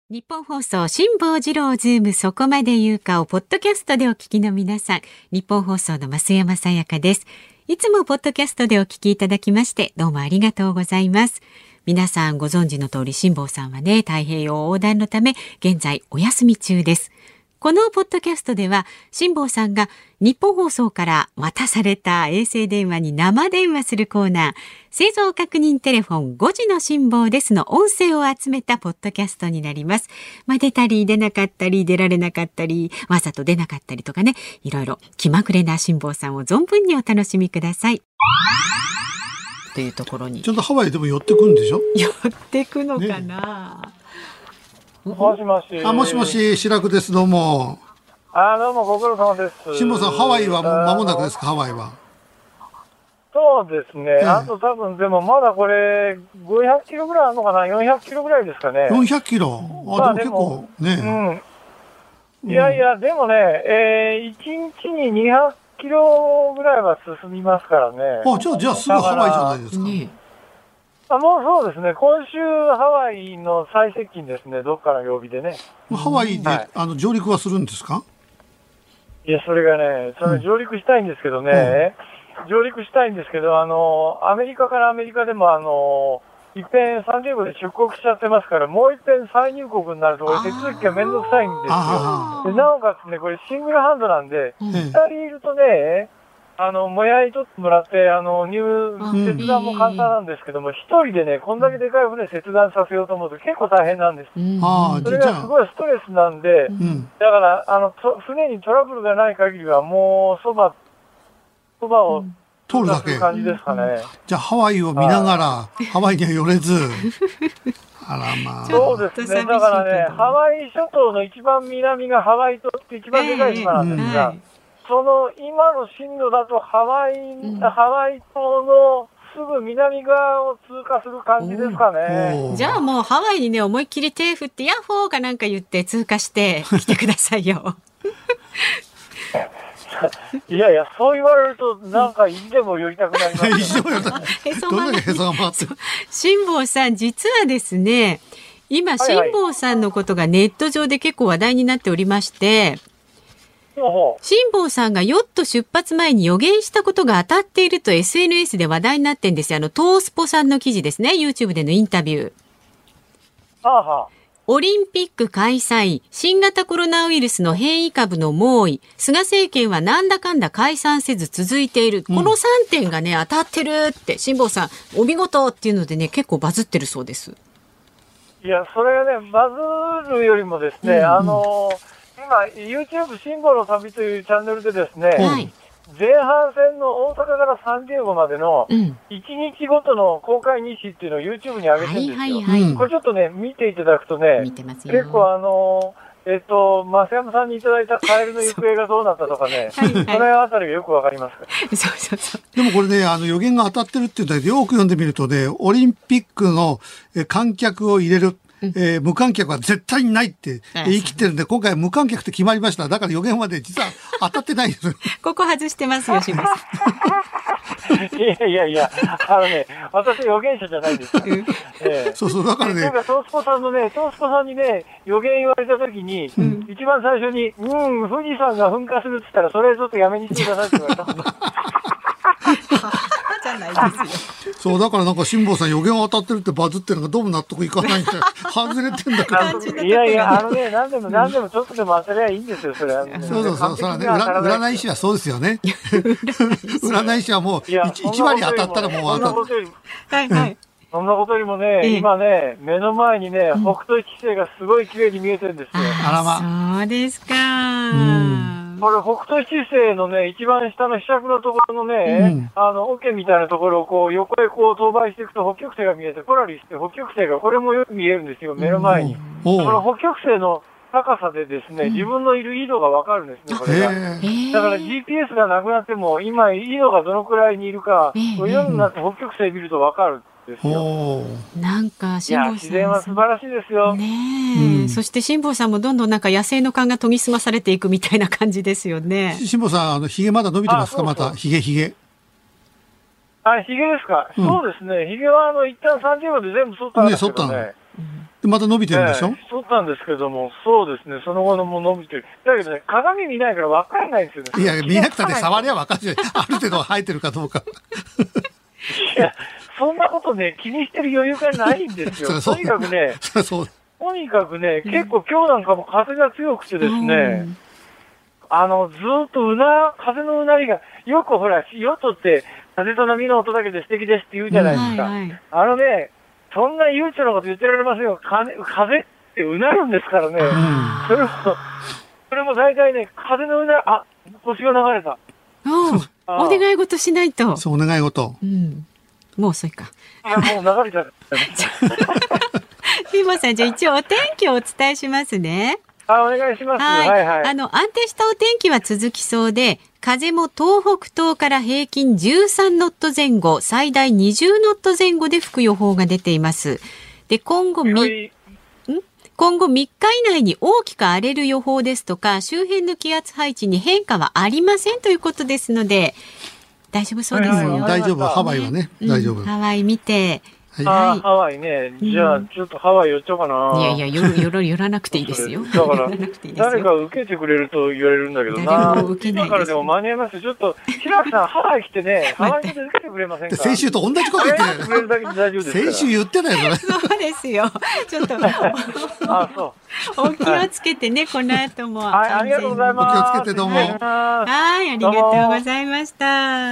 日本放送辛坊治郎ズームそこまで言うかをポッドキャストでお聞きの皆さん、日本放送の増山さやかです。いつもポッドキャストでお聞きいただきましてどうもありがとうございます。皆さんご存知の通り辛坊さんはね、太平洋横断のため現在お休み中です。このポッドキャストでは辛坊さんが日本放送から渡された衛星電話に生電話するコーナー、製造確認テレフォン5時の辛坊ですの音声を集めたポッドキャストになります。出たり出なかったり出られなかったりわざと出なかったりとかね、いろいろ気まぐれな辛坊さんを存分にお楽しみくださいというところに、 ちょっとハワイでも寄ってくんでしょ。 寄ってくのかな、ね。 もしもし。 もしもし、白くです。どうも。 どうもご苦労様です。 辛坊さん、ハワイはもう間もなくですか。ハワイは。 そうですね。あと多分でもまだこれ500キロぐらいあるのかな、400キロぐらいですかね。 400キロ。でも結構ね。 いやいや、でもね、1日に200キロぐらいは進みますからね。 じゃあすぐハワイじゃないですか。 もうそうですね。今週ハワイの最接近ですね。どっかの曜日でね。 ハワイで、上陸はするんですか。 いや、それがね、上陸したいんですけどね。上陸したいんですけど、アメリカからアメリカでもいっぺんサンディエゴで出国しちゃってますから、もういっぺん再入国になると、これ手続きがめんどくさいんですよ。でなおかつね、これシングルハンドなんで、2人いるとね、もやい取ってもらって、切断も簡単なんですけども、一人でね、こんだけでかい船切断させようと思うと結構大変なんです。それがすごいストレスなんで、だから、船にトラブルがない限りは、もうそばを通るだけ感じですかね。 じゃあ、ハワイを見ながら、ハワイには寄れず。あらまあ。 そうですね。だからね、ハワイ諸島の一番南がハワイ島って一番でかい島なんですが、その今の進路だとハワイ島のすぐ南側を通過する感じですかね。 じゃあもうハワイにね、思いっきり手振ってヤッホーかなんか言って通過して来てくださいよ。 いやいや、そう言われるとなんか意地でも寄りたくなります、 どんだけへそが回ってる。 辛坊さん、実はですね、今辛坊さんのことがネット上で結構話題になっておりまして、辛坊さんがヨット出発前に予言したことが当たっていると SNS で話題になってんですよ。トースポさんの記事ですね。 YouTube でのインタビュー。オリンピック開催、新型コロナウイルスの変異株の猛威、菅政権はなんだかんだ解散せず続いている、この3点がね当たってるって辛坊さんお見事っていうのでね、結構バズってるそうです。 いや、それがね、バズるよりもですね、今、YouTube 辛坊の旅というチャンネルでですね、前半戦の大阪からサンディエゴまでの1日ごとの公開日誌っていうのを YouTube に上げてるんですよ。これちょっとね、見ていただくとね、結構増山さんにいただいたカエルの行方がどうなったとかね、そのあたりがよくわかります。 そうでもこれね、予言が当たってるっていうので、よく読んでみるとね、オリンピックの観客を入れる。無観客は絶対にないって言い切ってるんで、今回無観客って決まりました。だから予言はね、実は当たってないんです。 ここ外してますよ、辛坊さん。 いや、私予言者じゃないです。 そう、だからね。 トースポさんにね、予言言われたときに、一番最初に、富士山が噴火するって言ったら、それちょっとやめにしてくださいって言われた。 じゃないですよ。 そう、だからなんか辛坊さん予言当たってるってバズってるのがどうも納得いかないんで、外れてんだけど。 いや、何でもちょっとでも当たりゃいいんですよ、それは。 そうね、占い師はそうですよね。占い師はもう1割当たったらもう当たる。 そんなことよりもね、今ね、目の前にね、北斗七星がすごい綺麗に見えてるんですよ。 あらま。 そうですか。 これ北斗七星のね、一番下の被釈のところのね、桶みたいなところをこう横へこう飛ばしていくと北極星が見えて、ポラリスって北極星がこれもよく見えるんですよ、目の前に。この北極星の高さでですね、自分のいる緯度がわかるんですね、これが。だから GPS がなくなっても、今緯度がどのくらいにいるか、夜になって北極星見るとわかる。 なんか辛坊さん、 自然は素晴らしいですよ。 そして辛坊さんもどんどんなんか野生の勘が研ぎ澄まされていくみたいな感じですよね。 辛坊さん、ひげまだ伸びてますか？またひげ。 ひげですか？そうですね。ひげは一旦30秒で全部剃ったんですけどね。 でまた伸びてるんでしょ。 そうなんですけども、そうですね、その後のも伸びてる。だけどね、鏡見ないから分からないんですよね。 いや、見なくたって触りゃ分かるじゃない。ある程度生えてるかどうか。 いや、そんなことね、気にしてる余裕がないんですよ。とにかくね、とにかくね、結構今日なんかも風が強くてですね、ずーっと風のうなりが、よくほら、ヨットって風と波の音だけで素敵ですって言うじゃないですか。そんな悠長なこと言ってられませんよ。風ってうなるんですからね。それも大体ね、風のうなり、星が流れた。 お願い事しないと。 そう、お願い事。 もう遅いか。 いや、もう流れちゃう。 ピーマンさん、じゃあ一応お天気をお伝えしますね。 お願いします。はい。 安定したお天気は続きそうで、風も東北東から平均13ノット前後、最大20ノット前後で吹く予報が出ています。で、今後3日以内に大きく荒れる予報ですとか、周辺の気圧配置に変化はありませんということですので、大丈夫そうですよ。 大丈夫。ハワイはね、大丈夫。 ハワイ見て。 ハワイね。じゃあ、ちょっとハワイ寄っちゃおうかな。 いや、寄らなくていいですよ。 だから、誰か受けてくれると言われるんだけどな。 誰も受けないです。 だからでも間に合いますよ。ちょっと、平木さん、ハワイ来てね、ハワイで受けてくれませんか。 先週と同じこと言ってる。 先週言ってたよね。 そうですよ。ちょっと、お気をつけてね、この後も。 ありがとうございます。 お気をつけてどうも。 ありがとうございました。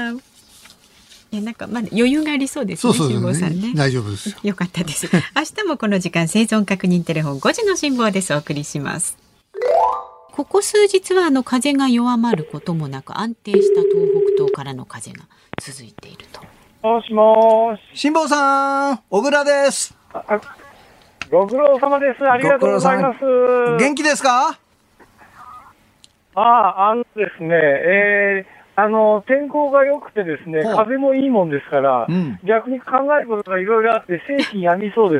いや、なんかまだ余裕がありそうですね。辛坊さんね。 大丈夫です。 よかったです。明日もこの時間生存確認テレフォン5時の辛坊です。お送りします。ここ数日は風が弱まることもなく安定した東北東からの風が続いていると。 もしもし。 辛坊さん、小倉です。 ご苦労様です。ありがとうございます。 元気ですか？ ですね、天候が良くてですね、風もいいもんですから、逆に考えることがいろいろあって精神病みそうです。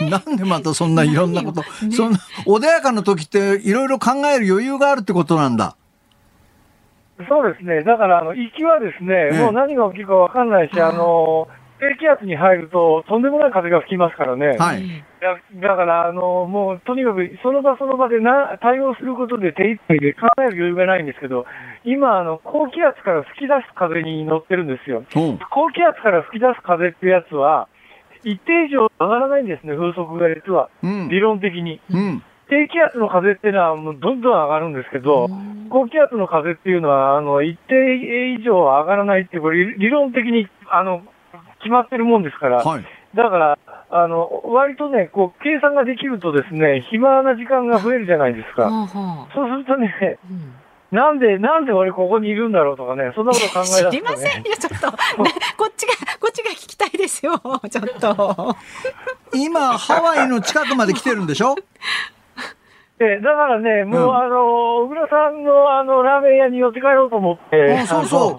なんでまたそんないろんなこと、そんな穏やかな時っていろいろ考える余裕があるってことなんだ。 そうですね。だから行きはですね、もう何が起きるかわかんないし、低気圧に入るととんでもない風が吹きますからね。 はい。 だからもうとにかくその場その場で対応することで手一杯で考える余裕がないんですけど、今高気圧から吹き出す風に乗ってるんですよ。高気圧から吹き出す風っていうやつは一定以上上がらないんですね、風速が実は、理論的に。低気圧の風っていうのはもうどんどん上がるんですけど、高気圧の風っていうのは一定以上上がらないっていう、これ理論的に決まってるもんですから、だから割とね、計算ができるとですね、暇な時間が増えるじゃないですか。そうするとね、なんで俺ここにいるんだろうとかね、そんなこと考え出すとね。 知りませんよ、ちょっと、こっちが聞きたいですよ、ちょっと。 今ハワイの近くまで来てるんでしょ？ だからね、もう小倉さんのラーメン屋に寄って帰ろうと思って。 そう。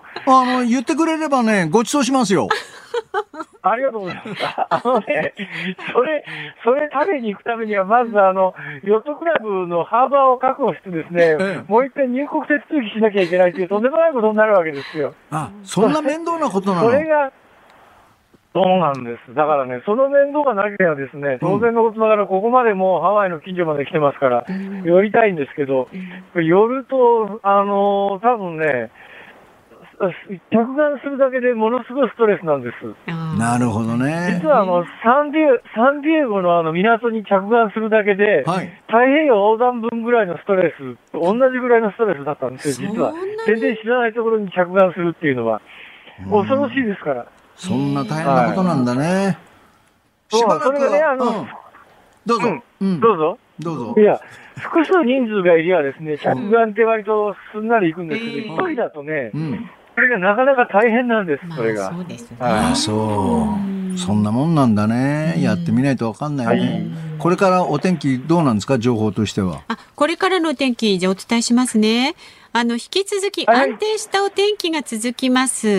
言ってくれればね、ご馳走しますよ。 ありがとうございます。それ食べに行くためには、まずヨットクラブのハーバーを確保してですね、もう一回入国手続きしなきゃいけないというとんでもないことになるわけですよ。 そんな面倒なことなの？ それが、そうなんです。だからね、その面倒がなければですね、当然のことながらここまでもうハワイの近所まで来てますから、寄りたいんですけど、寄ると、多分ね、着岸するだけでものすごいストレスなんです。 なるほどね。 実はサンディエゴの港に着岸するだけで、太平洋横断分ぐらいのストレス、同じぐらいのストレスだったんですよ、実は。全然知らないところに着岸するっていうのは。恐ろしいですから。 そんな大変なことなんだね。 しばらくは、 どうぞ。 どうぞ。いや、複数人数がいりゃですね、着岸って割とすんなり行くんですけど、一人だとね、これがなかなか大変なんです、それが。 そうですね。 そんなもんなんだね。やってみないとわかんないね。これからお天気どうなんですか、情報としては。 これからのお天気、じゃあお伝えしますね。引き続き安定したお天気が続きます。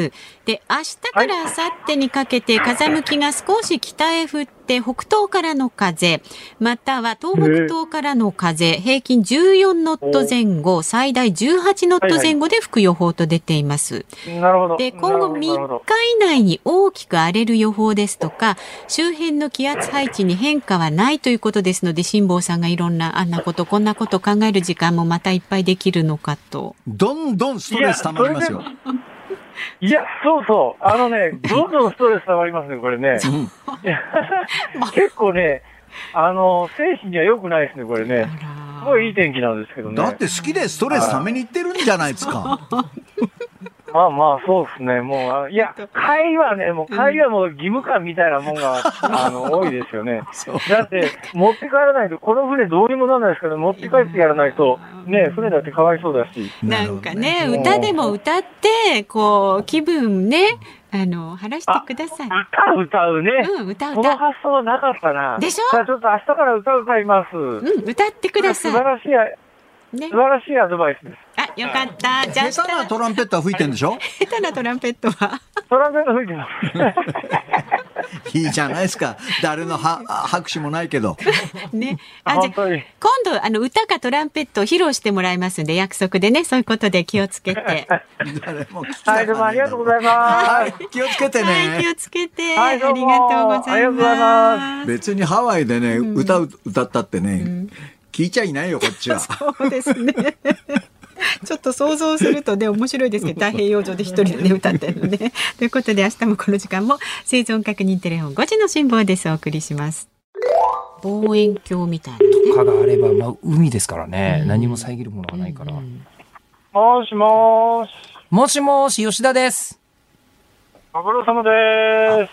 で、明日から明後日にかけて風向きが少し北へ振って北東からの風、または東北東からの風、平均14ノット前後、最大18ノット前後で吹く予報と出ています。 なるほど。 で、今後3日以内に大きく荒れる予報ですとか、周辺の気圧配置に変化はないということですので、辛坊さんがいろんなあんなことこんなことを考える時間もまたいっぱいできるのかと。 どんどんストレス溜まりますよ。 いや、そうそう。どんどんストレス溜まりますね、これね。結構ね、精神には良くないですね、これね。すごいいい天気なんですけどね。 だって好きでストレス溜めに行ってるんじゃないですか。 まあまあ、そうですね。もう、いや、帰りはもう義務感みたいなもんが、多いですよね。だって、持って帰らないと、この船どうにもならないですから、持って帰ってやらないと、ね、船だってかわいそうだし。 なんかね、歌でも歌って、こう、気分ね、晴らしてください。 歌うね。 歌。 この発想なかったな。 でしょ？ じゃあちょっと明日から歌います。 歌ってください。 素晴らしいアドバイスです。 あ、よかった。じゃあ下手なトランペットは吹いてんでしょ？ 下手なトランペットはトランペット吹いてます。 いいじゃないですか。誰の拍手もないけど。 ね。じゃあ今度歌かトランペットを披露してもらいますんで、約束でね、そういうことで気をつけて。 はい、どうもありがとうございます。 気をつけてね。 はい、気をつけて。 はい、どうもありがとうございます。 別にハワイでね、歌ったってね、聞いちゃいないよ、こっちは。 そうですね。ちょっと想像するとね、面白いですけど、太平洋上で一人でね、歌ってるのね。ということで、明日もこの時間も生存確認テレフォン5時の辛坊です。お送りします。望遠鏡みたいな、ね。 とかがあれば、海ですからね、何も遮るものがないから。もしもーし。 もしもし、吉田です。 ご苦労様です。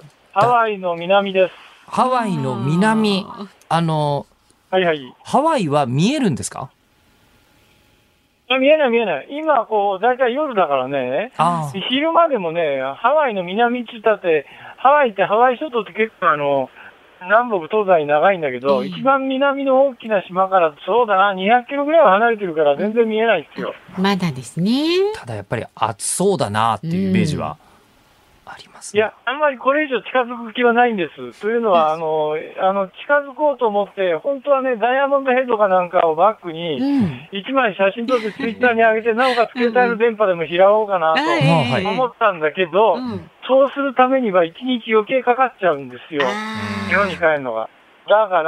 ハワイの南です。 ハワイの南。 はいはい。 ハワイは見えるんですか？ 見えない。今、だいたい夜だからね。昼間でもね、ハワイの南って言ったって、ハワイ諸島って結構南北東西長いんだけど、一番南の大きな島から、そうだな、200キロぐらいは離れてるから全然見えないですよ。 まだですね。 ただやっぱり暑そうだなっていうイメージはあります、ね。 いや、あんまりこれ以上近づく気はないんです。というのは、近づこうと思って、本当はね、ダイヤモンドヘッドかなんかをバックに、一枚写真撮ってツイッターに上げて、なおかつ携帯の電波でも拾おうかなと思ったんだけど、そうするためには1日余計かかっちゃうんですよ。日本に帰るのが。だから、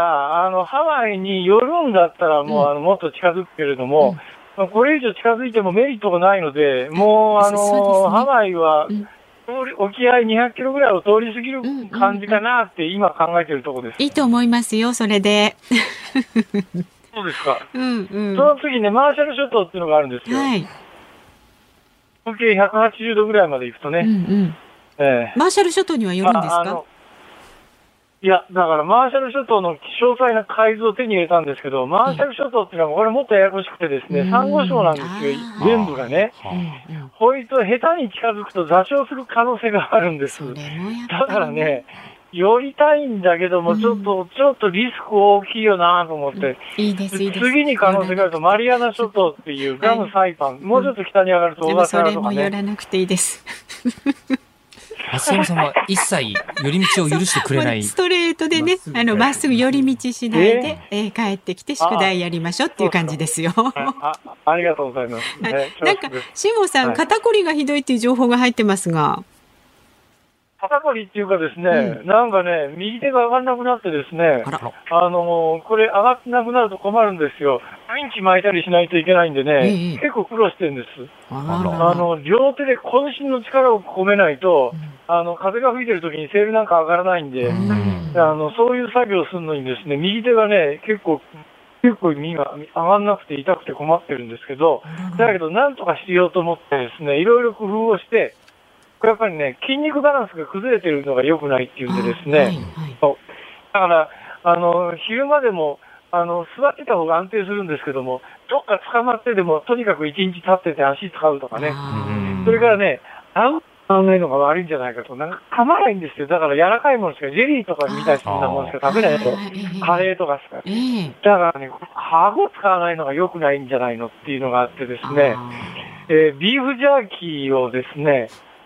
ハワイに寄るんだったらもう、もっと近づくけれども、これ以上近づいてもメリットがないので、もう、ハワイは、沖合200キロぐらいを通り過ぎる感じかなって今考えてるところです。 いいと思いますよ、それで。 そうですか。その次ね、マーシャル諸島っていうのがあるんですよ。はい。合計180度ぐらいまで行くとね。 マーシャル諸島には寄るんですか？ いや、だからマーシャル諸島の詳細な海図を手に入れたんですけど、マーシャル諸島っていうのはこれもっとややこしくてですね、サンゴ礁なんですよ、全部がね。こいつ下手に近づくと座礁する可能性があるんです。だからね、寄りたいんだけども、ちょっとリスク大きいよなと思って。 いいです。 次に可能性があると、マリアナ諸島っていうグアムサイパン、もうちょっと北に上がると小笠原とかね。 でもそれも寄らなくていいです。 増山さんは一切寄り道を許してくれない。 ストレートでね、まっすぐ寄り道しないで、帰ってきて宿題やりましょうっていう感じですよ。 ありがとうございます。 なんか、辛坊さん、肩こりがひどいっていう情報が入ってますが。 肩こりっていうかですね、なんかね、右手が上がらなくなってですね、これ上がってなくなると困るんですよ。ウィンチ巻いたりしないといけないんでね、結構苦労してるんです。両手で渾身の力を込めないと、風が吹いてる時にセールなんか上がらないんで、そういう作業をするのにですね、右手がね、結構身が上がんなくて痛くて困ってるんですけど、だけどなんとかしようと思ってですね、いろいろ工夫をして、やっぱりね、筋肉バランスが崩れてるのが良くないっていうんでですね、だから、昼間でも、座ってた方が安定するんですけども、どっか捕まってでも、とにかく一日立ってて足使うとかね、それからね、ないのが悪いんじゃないかと、なんか噛まないんですよ。だから柔らかいものしか、ジェリーとかみたいなものしか食べないと、カレーとかしか。だからね、顎使わないのが良くないんじゃないのっていうのがあってですね、ビーフジャーキーをですね、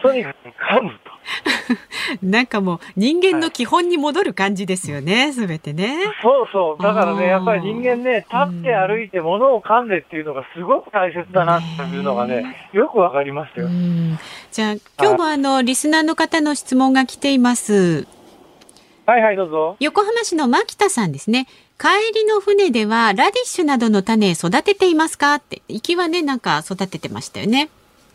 とにかく噛むと。 なんかもう人間の基本に戻る感じですよね、すべてね。 そうそう。だからね、やっぱり人間ね、立って歩いて物を噛んでっていうのがすごく大切だなっていうのがね、よくわかりますよ。 じゃあ、今日もリスナーの方の質問が来ています。 はいはい、どうぞ。 横浜市の牧田さんですね。帰りの船ではラディッシュなどの種育てていますかって。行きはね、なんか育ててましたよね。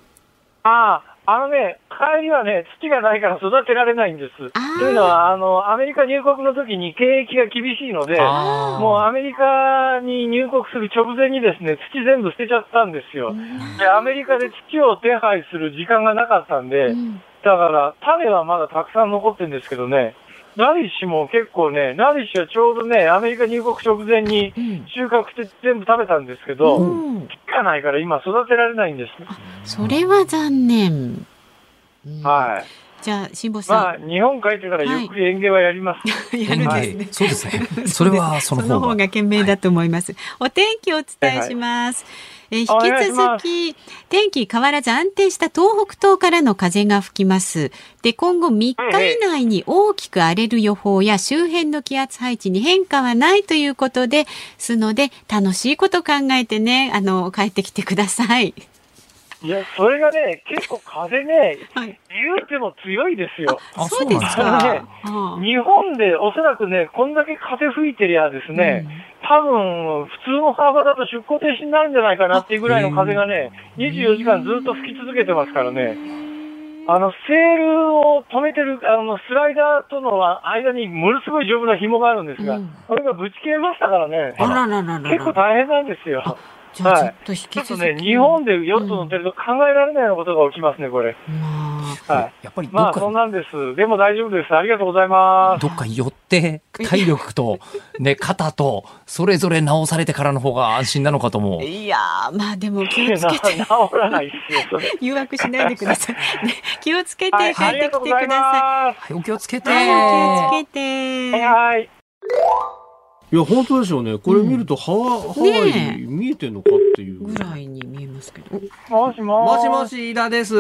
帰りはね、土がないから育てられないんです。というのは、アメリカ入国の時に検疫が厳しいので、もうアメリカに入国する直前にですね、土全部捨てちゃったんですよ。で、アメリカで土を手配する時間がなかったんで、だから種はまだたくさん残ってるんですけどね、ラディッシュも結構ね、ラディッシュはちょうどね、アメリカ入国直前に収穫して全部食べたんですけど、土がないから今育てられないんです。 それは残念。 はい。 じゃあ、辛坊さん。日本帰ってからゆっくり園芸はやります。 やるんですね。 そうですね。それはその方が賢明だと思います。お天気をお伝えします。引き続き天気変わらず安定した東北東からの風が吹きます。で、今後3日以内に大きく荒れる予報や周辺の気圧配置に変化はないということですので、楽しいこと考えてね、帰ってきてください。 いや、それがね、結構風ね、言うても強いですよ。 そうですか。 日本でおそらくね、こんだけ風吹いてりゃですね、多分、普通の幅だと出航停止になるんじゃないかなっていうぐらいの風がね、24時間ずっと吹き続けてますからね。セールを止めてる、スライダーとの間にものすごい丈夫な紐があるんですが、それがぶち切れましたからね。結構大変なんですよ。 ちょっと引き続き、 日本でヨット乗ってると考えられないようなことが起きますね、これ。 やっぱりそんなんです。でも大丈夫です。ありがとうございます。 どっか寄って体力とね肩とそれぞれ直されてからの方が安心なのかと思う。 いやでも気をつけて治らないですよ。 誘惑しないでください。気をつけて帰ってきてください。お気をつけて。 お気をつけて。 はい。 いや本当ですよね。これ見るとハワイ見えてんのかっていうぐらいに見えますけど。 もしもしもし、飯田です。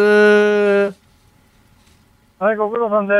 はい、ご苦労さんです。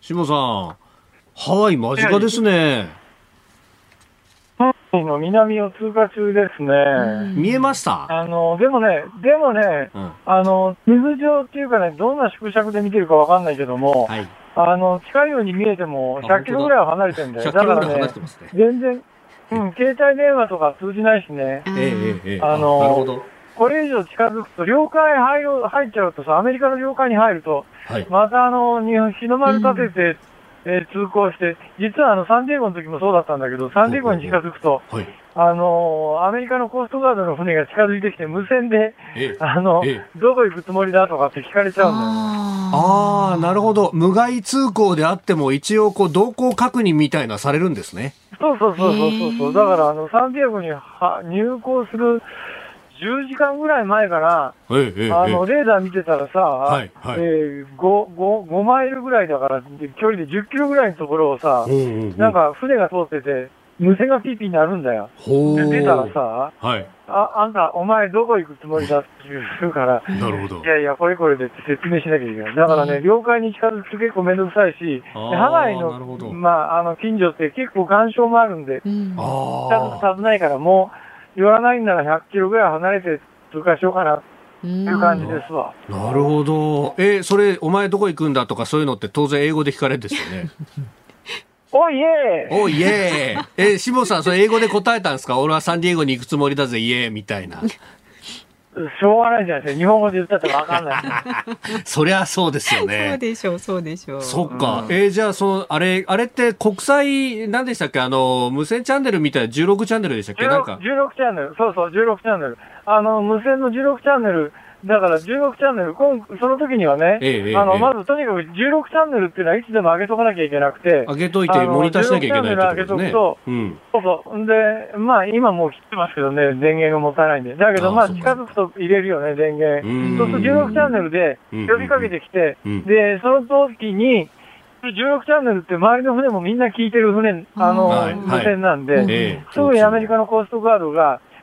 しもさん、ハワイ間近ですね。 ハワイの南を通過中ですね。 見えました？ でもね、地図上っていうかね、どんな縮尺で見てるかわかんないけども、近いように見えても100キロぐらいは離れてるんだよ。だからね、全然、携帯電話とか通じないしね。 なるほど。 これ以上近づくと、領海入っちゃうとさ、アメリカの領海に入ると、また日の丸立てて、通行して、実はサンディエゴの時もそうだったんだけど、サンディエゴに近づくと、アメリカのコーストガードの船が近づいてきて、無線で、どこ行くつもりだとかって聞かれちゃうんだよね。 なるほど。無害通行であっても、一応、動向確認みたいなされるんですね。 そう。だから、サンディエゴに入港する10時間ぐらい前から、レーダー見てたらさ、5マイルぐらいだから、距離で10キロぐらいのところをさ、なんか船が通ってて、無線がピーピーになるんだよ。で、出たらさ、あんた、お前どこ行くつもりだって言うから、 なるほど。 いや、これでって説明しなきゃいけない。だからね、領海に近づくと結構めんどくさいし、ハワイの、近所って結構岩礁もあるんで、近づくと危ないから、もう、寄らないんなら100キロぐらい離れて通過しようかなっていう感じですわ。 なるほど。それ、お前どこ行くんだとかそういうのって当然英語で聞かれるんですよね。 おいえおいえしもさん、それ英語で答えたんですか？俺はサンディエゴに行くつもりだぜ、イエーみたいな。 しょうがないじゃないですか。日本語で言ったってわかんない。 そりゃそうですよね。 そうでしょう。 そっか。じゃあ、あれって国際、何でしたっけ？無線チャンネルみたいな16チャンネルでしたっけ ？16チャンネル。そう、16チャンネル。無線の16チャンネル。だから16チャンネル、その時にはね、まずとにかく16チャンネルっていうのはいつでも上げとかなきゃいけなくて、 上げといてモニターしなきゃいけないってことですね。 そう。で、今もう切ってますけどね、電源がもったいないんで。だけど近づくと入れるよね、電源。そうすると16チャンネルで呼びかけてきて、で、その時に、16チャンネルって周りの船もみんな聞いてる無線なんで、すぐにアメリカのコーストガードが、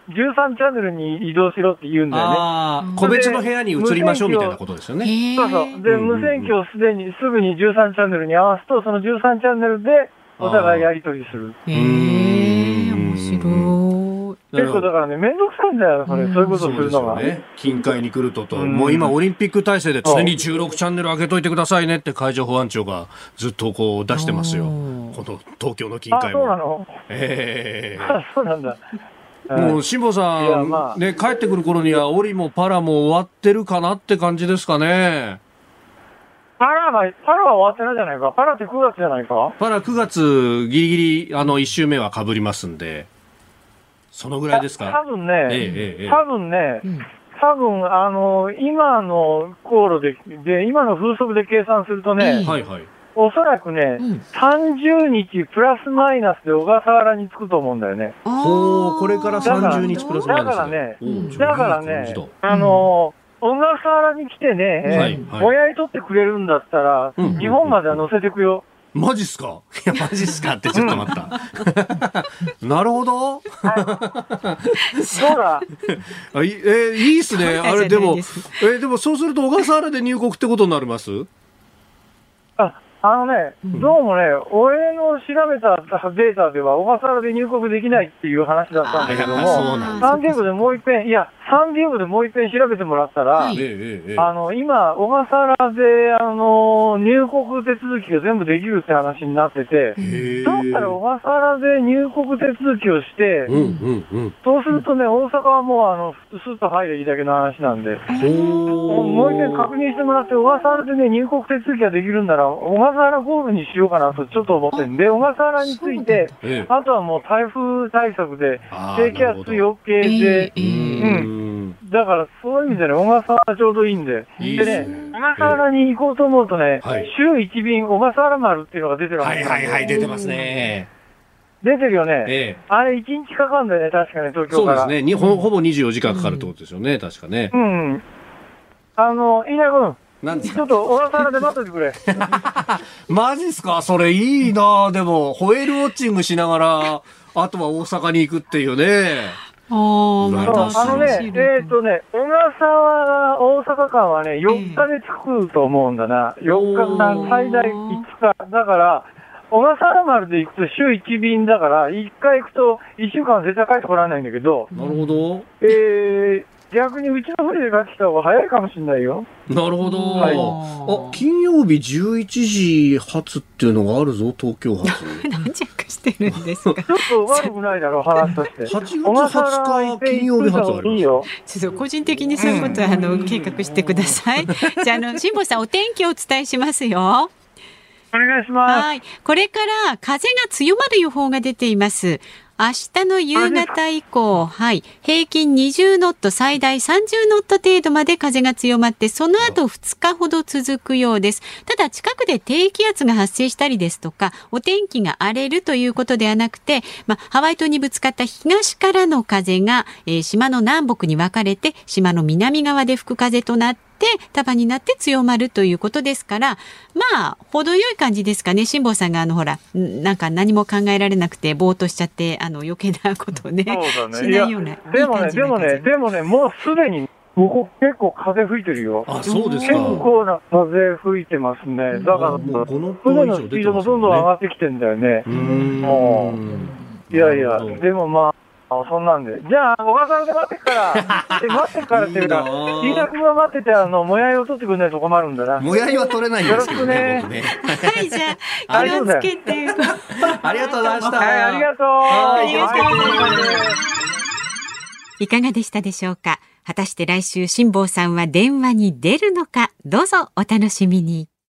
13チャンネルに移動しろって言うんだよね。 個別の部屋に移りましょうみたいなことですよね。 そうそう。で、無線機をすぐに13チャンネルに合わすと、その13チャンネルでお互いやり取りする。 面白い。 結構だからね、めんどくさいんだよ、そういうことをするのが。 近海に来るともう今オリンピック体制で常に16チャンネル開けといてくださいねって海上保安庁がずっとこう出してますよ。この東京の近海も。 そうなの？そうなんだ。 もう辛坊さん、ね、帰ってくる頃にはオリもパラも終わってるかなって感じですかね。 パラは終わってないじゃないか。パラって9月じゃないか。 パラ9月ギリギリ1週目は被りますんで、そのぐらいですか。 多分ね、今の航路で今の風速で計算するとね、おそらくね、30日プラスマイナスで小笠原に着くと思うんだよね。 これから30日プラスマイナス。 だからね、小笠原に来てね、親に取ってくれるんだったら、日本までは乗せてくよ。 マジっすか？いや、マジっすかってちょっと待った。なるほど。 そうだ。 いいっすね。あれ、でもそうすると小笠原で入国ってことになります？ どうもね、俺の調べたデータでは小笠原で入国できないっていう話だったんだけども、サンディエゴでもう一遍調べてもらったら、今、小笠原で入国手続きが全部できるって話になってて、だったら小笠原で入国手続きをして、そうするとね、大阪はもうスッと入ればいいだけの話なんで、もう一遍確認してもらって、小笠原でね、入国手続きができるんなら、小笠原ゴールにしようかなとちょっと思ってるんで、小笠原について、あとはもう台風対策で、低気圧余計で、だからそういう意味でね、小笠原ちょうどいいんで。でね、小笠原に行こうと思うとね、週1便小笠原丸っていうのが出てるわけですよ。 出てますね。 出てるよね。あれ1日かかるんだよね、確かね、東京から。 そうですね。ほぼ24時間かかるってことですよね、確かね。 稲君。ちょっと小笠原で待っててくれ。 マジっすか？それいいな。でもホエールウォッチングしながらあとは大阪に行くっていうね。 小笠原大阪間はね、4日で着くと思うんだな。4日間、最大5日。だから、小笠原丸で行くと週1便だから、1回行くと1週間絶対帰ってこられないんだけど。 なるほど。 逆にうちの船で帰ってきた方が早いかもしれないよ。 なるほど。金曜日11時発っていうのがあるぞ、東京発。 何着してるんですか？ ちょっと悪くないだろう、話として。 8月20日金曜日発あります。 いいよ。 ちょっと個人的にそういうことは計画してください。じゃあ辛坊さん、お天気をお伝えしますよ。 お願いします。 はい。これから風が強まる予報が出ています。明日の夕方以降、平均20ノット、最大30ノット程度まで風が強まって、その後2日ほど続くようです。ただ、近くで低気圧が発生したりですとか、お天気が荒れるということではなくて、ハワイ島にぶつかった東からの風が、島の南北に分かれて、島の南側で吹く風となって、束になって強まるということですから、程よい感じですかね。辛坊さんがなんか何も考えられなくてぼーっとしちゃって余計なことをね、しないような。 でもね、もうすでにここ結構風吹いてるよ。 あ、そうですか。 結構な風吹いてますね。だから船のスピードもどんどん上がってきてんだよね。いやいや、でもそんなんで。じゃあ、小笠原で待ってからっていうか、飯田君が待ってて、もやいを取ってくれないと困るんだな。 もやいは取れないんですけどね。 はい、じゃあ、気をつけて。 ありがとうございました。 はい、ありがとう。 いかがでしたでしょうか。果たして来週、辛坊さんは電話に出るのか、どうぞお楽しみに。